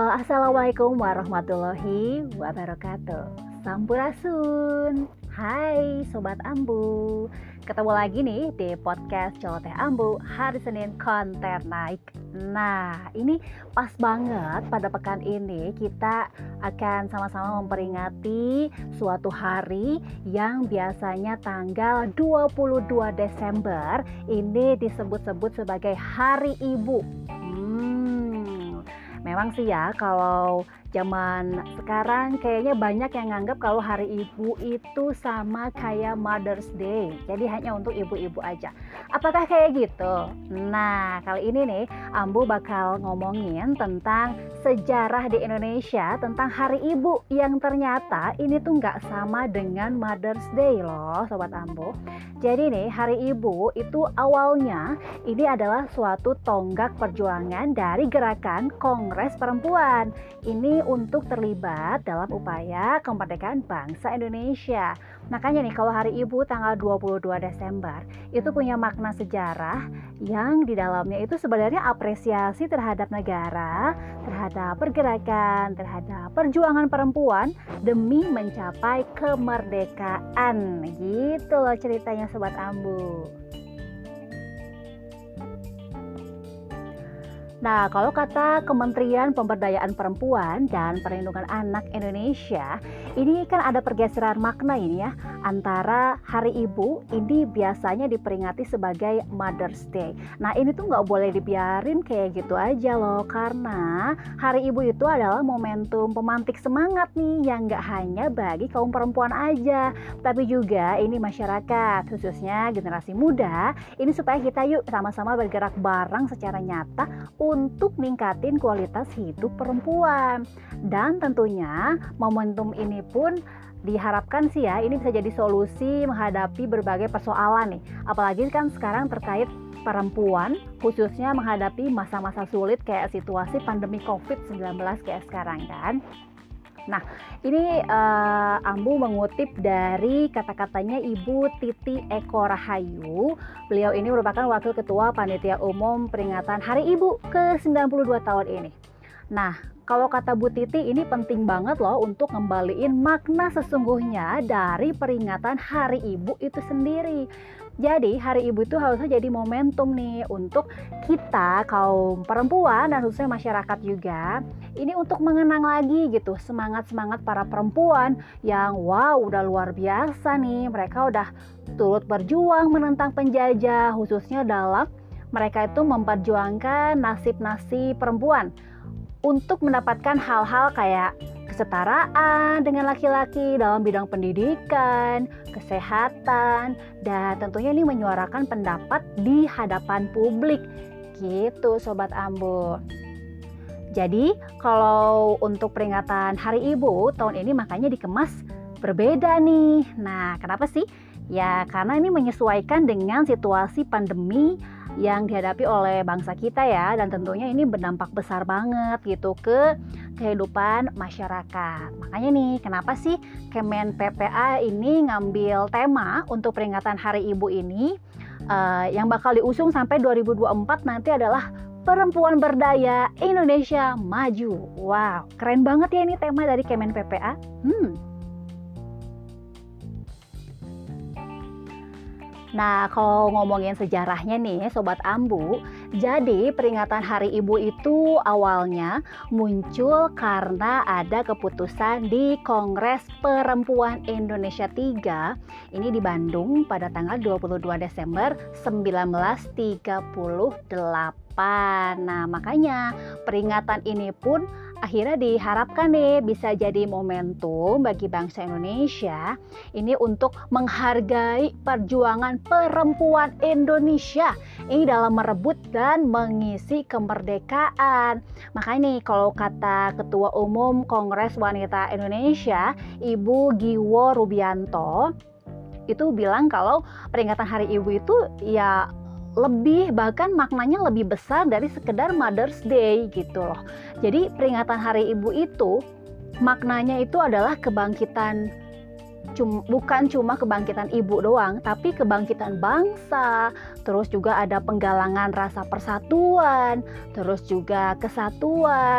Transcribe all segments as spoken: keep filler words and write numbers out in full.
Halo, assalamualaikum warahmatullahi wabarakatuh. Sampurasun. Hai Sobat Ambu, ketemu lagi nih di podcast Celoteh Ambu hari Senin konten naik. Nah, ini pas banget pada pekan ini kita akan sama-sama memperingati suatu hari yang biasanya tanggal dua puluh dua Desember ini disebut-sebut sebagai Hari Ibu. Hmm, memang sih ya, kalau zaman sekarang kayaknya banyak yang nganggap kalau Hari Ibu itu sama kayak Mother's Day, jadi hanya untuk ibu-ibu aja. Apakah kayak gitu? Nah, kali ini nih Ambu bakal ngomongin tentang sejarah di Indonesia tentang Hari Ibu yang ternyata ini tuh nggak sama dengan Mother's Day loh Sobat Ambu. Jadi nih, Hari Ibu itu awalnya ini adalah suatu tonggak perjuangan dari gerakan Kongres Perempuan. Ini untuk terlibat dalam upaya kemerdekaan bangsa Indonesia. Makanya nih, kalau Hari Ibu tanggal dua puluh dua Desember itu punya makna sejarah yang di dalamnya itu sebenarnya apresiasi terhadap negara, terhadap pergerakan, terhadap perjuangan perempuan demi mencapai kemerdekaan. Gitu loh ceritanya Sobat Ambu. Nah, kalau kata Kementerian Pemberdayaan Perempuan dan Perlindungan Anak Indonesia, ini kan ada pergeseran makna ini ya, antara Hari Ibu ini biasanya diperingati sebagai Mother's Day. Nah, ini tuh nggak boleh dibiarin kayak gitu aja loh, karena Hari Ibu itu adalah momentum pemantik semangat nih, yang nggak hanya bagi kaum perempuan aja, tapi juga ini masyarakat, khususnya generasi muda, ini supaya kita yuk sama-sama bergerak bareng secara nyata untuk ningkatin kualitas hidup perempuan. Dan tentunya momentum ini pun diharapkan sih ya, ini bisa jadi solusi menghadapi berbagai persoalan nih. Apalagi kan sekarang terkait perempuan, khususnya menghadapi masa-masa sulit kayak situasi pandemi covid sembilan belas kayak sekarang kan. Nah, ini uh, Ambu mengutip dari kata-katanya Ibu Titi Eko Rahayu. Beliau ini merupakan Wakil Ketua Panitia Umum Peringatan Hari Ibu ke sembilan puluh dua tahun ini. Nah, kalau kata Bu Titi, ini penting banget loh untuk ngembaliin makna sesungguhnya dari peringatan Hari Ibu itu sendiri. Jadi Hari Ibu itu harusnya jadi momentum nih untuk kita kaum perempuan dan khususnya masyarakat juga, ini untuk mengenang lagi gitu semangat-semangat para perempuan yang wow udah luar biasa nih. Mereka udah turut berjuang menentang penjajah, khususnya dalam mereka itu memperjuangkan nasib-nasib perempuan untuk mendapatkan hal-hal kayak kesetaraan dengan laki-laki dalam bidang pendidikan, kesehatan, dan tentunya ini menyuarakan pendapat di hadapan publik. Gitu Sobat Ambu. Jadi kalau untuk peringatan Hari Ibu tahun ini makanya dikemas berbeda nih. Nah, kenapa sih? Ya karena ini menyesuaikan dengan situasi pandemi yang dihadapi oleh bangsa kita ya, dan tentunya ini berdampak besar banget gitu ke kehidupan masyarakat. Makanya nih, kenapa sih Kemen P P A ini ngambil tema untuk peringatan Hari Ibu ini uh, yang bakal diusung sampai dua ribu dua puluh empat nanti adalah Perempuan Berdaya Indonesia Maju. Wow, keren banget ya ini tema dari Kemen P P A. Hmm. Nah, kalau ngomongin sejarahnya nih Sobat Ambu, jadi peringatan Hari Ibu itu awalnya muncul karena ada keputusan di Kongres Perempuan Indonesia tiga, ini di Bandung pada tanggal dua puluh dua Desember seribu sembilan ratus tiga puluh delapan. Nah, makanya peringatan ini pun akhirnya diharapkan nih bisa jadi momentum bagi bangsa Indonesia ini untuk menghargai perjuangan perempuan Indonesia ini dalam merebut dan mengisi kemerdekaan. Makanya nih, kalau kata Ketua Umum Kongres Wanita Indonesia Ibu Giwo Rubianto itu bilang kalau peringatan Hari Ibu itu ya lebih, bahkan maknanya lebih besar dari sekedar Mother's Day gitu loh. Jadi peringatan Hari Ibu itu maknanya itu adalah kebangkitan, cum, bukan cuma kebangkitan ibu doang, tapi kebangkitan bangsa, terus juga ada penggalangan rasa persatuan, terus juga kesatuan,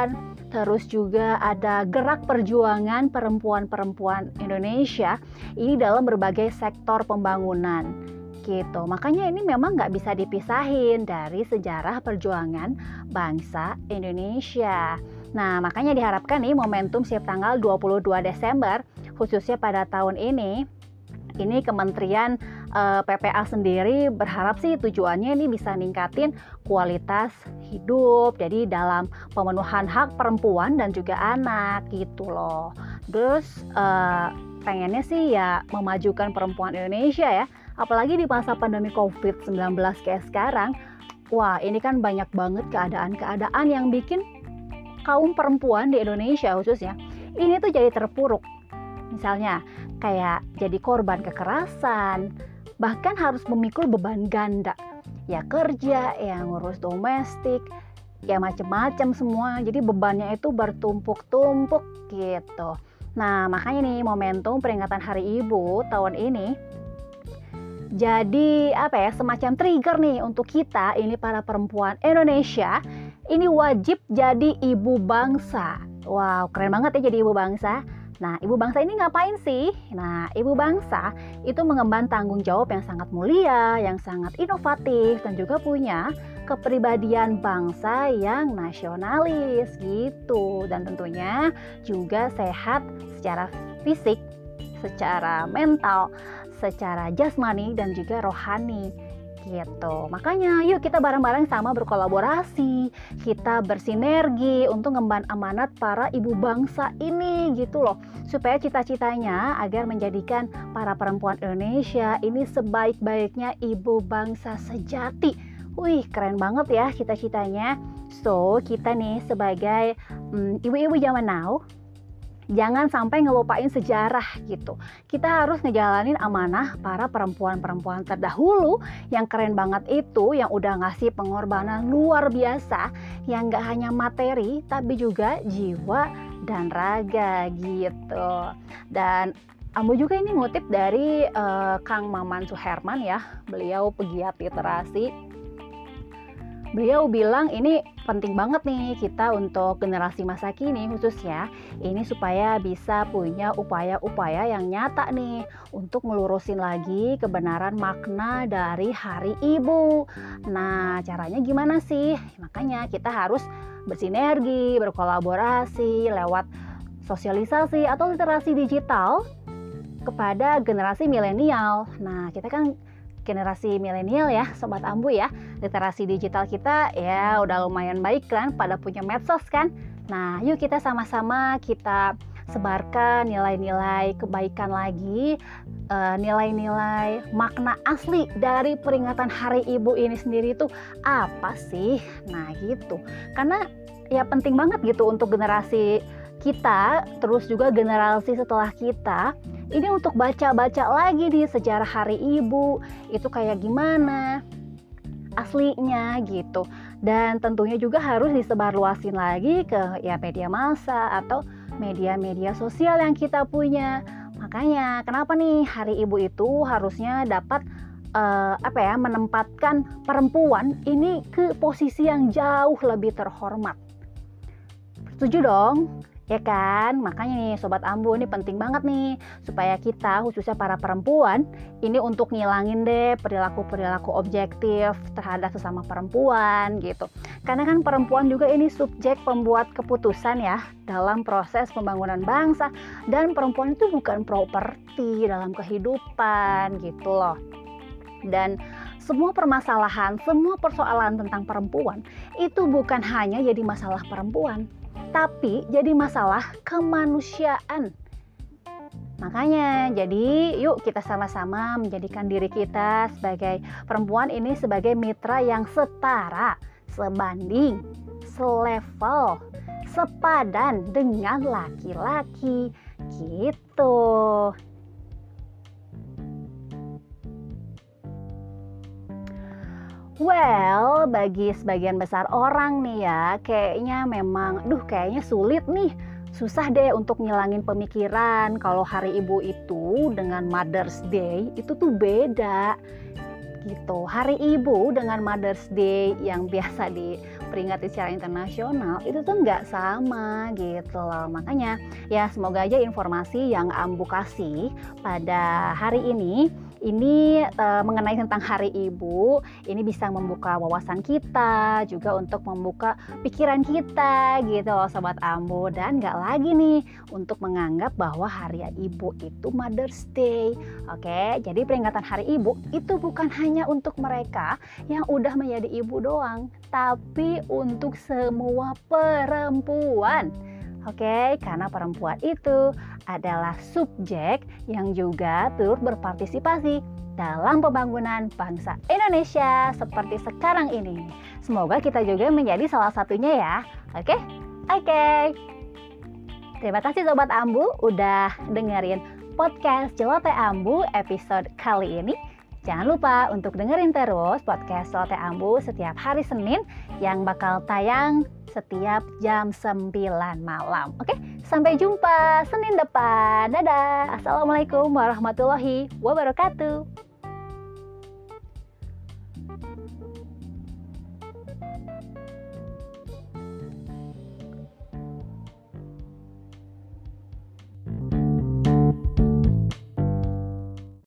terus juga ada gerak perjuangan perempuan-perempuan Indonesia ini dalam berbagai sektor pembangunan gitu. Makanya ini memang nggak bisa dipisahin dari sejarah perjuangan bangsa Indonesia. Nah, makanya diharapkan nih momentum setiap tanggal dua puluh dua Desember, khususnya pada tahun ini, ini Kementerian eh, P P A sendiri berharap sih tujuannya ini bisa ningkatin kualitas hidup. Jadi dalam pemenuhan hak perempuan dan juga anak gitu loh. Terus eh, pengennya sih ya memajukan perempuan Indonesia ya. Apalagi di masa pandemi covid sembilan belas kayak sekarang. Wah, ini kan banyak banget keadaan-keadaan yang bikin kaum perempuan di Indonesia khususnya ini tuh jadi terpuruk. Misalnya kayak jadi korban kekerasan, bahkan harus memikul beban ganda. Ya kerja, ya ngurus domestik, ya macem-macem semua. Jadi bebannya itu bertumpuk-tumpuk gitu. Nah, makanya nih momentum peringatan Hari Ibu tahun ini jadi apa ya, semacam trigger nih untuk kita ini para perempuan Indonesia ini wajib jadi ibu bangsa. Wow, keren banget ya jadi ibu bangsa. Nah, ibu bangsa ini ngapain sih? Nah, ibu bangsa itu mengemban tanggung jawab yang sangat mulia, yang sangat inovatif, dan juga punya kepribadian bangsa yang nasionalis gitu. Dan tentunya juga sehat secara fisik, secara mental, secara jasmani, dan juga rohani gitu. Makanya yuk kita bareng-bareng sama berkolaborasi, kita bersinergi untuk ngemban amanat para ibu bangsa ini gitu loh, supaya cita-citanya agar menjadikan para perempuan Indonesia ini sebaik-baiknya ibu bangsa sejati. Wih, keren banget ya cita-citanya. So kita nih sebagai um, ibu-ibu zaman now, jangan sampai ngelupain sejarah gitu. Kita harus ngejalanin amanah para perempuan-perempuan terdahulu yang keren banget itu, yang udah ngasih pengorbanan luar biasa, yang gak hanya materi tapi juga jiwa dan raga gitu. Dan Ambo juga ini ngutip dari uh, Kang Maman Suherman ya, beliau pegiat literasi. Beliau bilang ini penting banget nih kita untuk generasi masa kini khususnya ini supaya bisa punya upaya-upaya yang nyata nih untuk melurusin lagi kebenaran makna dari Hari Ibu. Nah, caranya gimana sih? Makanya kita harus bersinergi, berkolaborasi lewat sosialisasi atau literasi digital kepada generasi milenial. Nah, kita kan generasi milenial ya, Sobat Ambu ya. Literasi digital kita ya udah lumayan baik kan, pada punya medsos kan. Nah, yuk kita sama-sama kita sebarkan nilai-nilai kebaikan lagi, uh, nilai-nilai makna asli dari peringatan Hari Ibu ini sendiri itu apa sih? Nah, gitu. Karena ya penting banget gitu untuk generasi kita, terus juga generasi setelah kita ini untuk baca-baca lagi di sejarah Hari Ibu itu kayak gimana aslinya gitu. Dan tentunya juga harus disebarluasin lagi ke ya media massa atau media-media sosial yang kita punya. Makanya kenapa nih Hari Ibu itu harusnya dapat uh, apa ya menempatkan perempuan ini ke posisi yang jauh lebih terhormat. Setuju dong? Ya kan, makanya nih Sobat Ambu ini penting banget nih supaya kita khususnya para perempuan ini untuk ngilangin deh perilaku-perilaku objektif terhadap sesama perempuan gitu. Karena kan perempuan juga ini subjek pembuat keputusan ya dalam proses pembangunan bangsa, dan perempuan itu bukan properti dalam kehidupan gitu loh. Dan semua permasalahan, semua persoalan tentang perempuan itu bukan hanya jadi masalah perempuan, tapi jadi masalah kemanusiaan. Makanya jadi yuk kita sama-sama menjadikan diri kita sebagai perempuan ini sebagai mitra yang setara, sebanding, selevel, sepadan dengan laki-laki gitu. Well, bagi sebagian besar orang nih ya, kayaknya memang, duh kayaknya sulit nih, susah deh untuk ngilangin pemikiran kalau Hari Ibu itu dengan Mother's Day itu tuh beda. gitu. Hari Ibu dengan Mother's Day yang biasa diperingati secara internasional itu tuh nggak sama gitu loh. Makanya ya semoga aja informasi yang Ambu kasih pada hari ini ini e, mengenai tentang Hari Ibu ini bisa membuka wawasan kita, juga untuk membuka pikiran kita gitu loh Sobat Ambu. Dan nggak lagi nih untuk menganggap bahwa Hari Ibu itu Mother's Day. Oke, jadi peringatan Hari Ibu itu bukan hanya untuk mereka yang udah menjadi ibu doang, tapi untuk semua perempuan. Oke, karena perempuan itu adalah subjek yang juga turut berpartisipasi dalam pembangunan bangsa Indonesia seperti sekarang ini. Semoga kita juga menjadi salah satunya ya. Oke? Oke. Terima kasih Sobat Ambu udah dengerin podcast Celoteh Ambu episode kali ini. Jangan lupa untuk dengerin terus podcast Celoteh Ambu setiap hari Senin yang bakal tayang setiap jam sembilan malam. Oke, sampai jumpa Senin depan. Dadah. Assalamualaikum warahmatullahi wabarakatuh.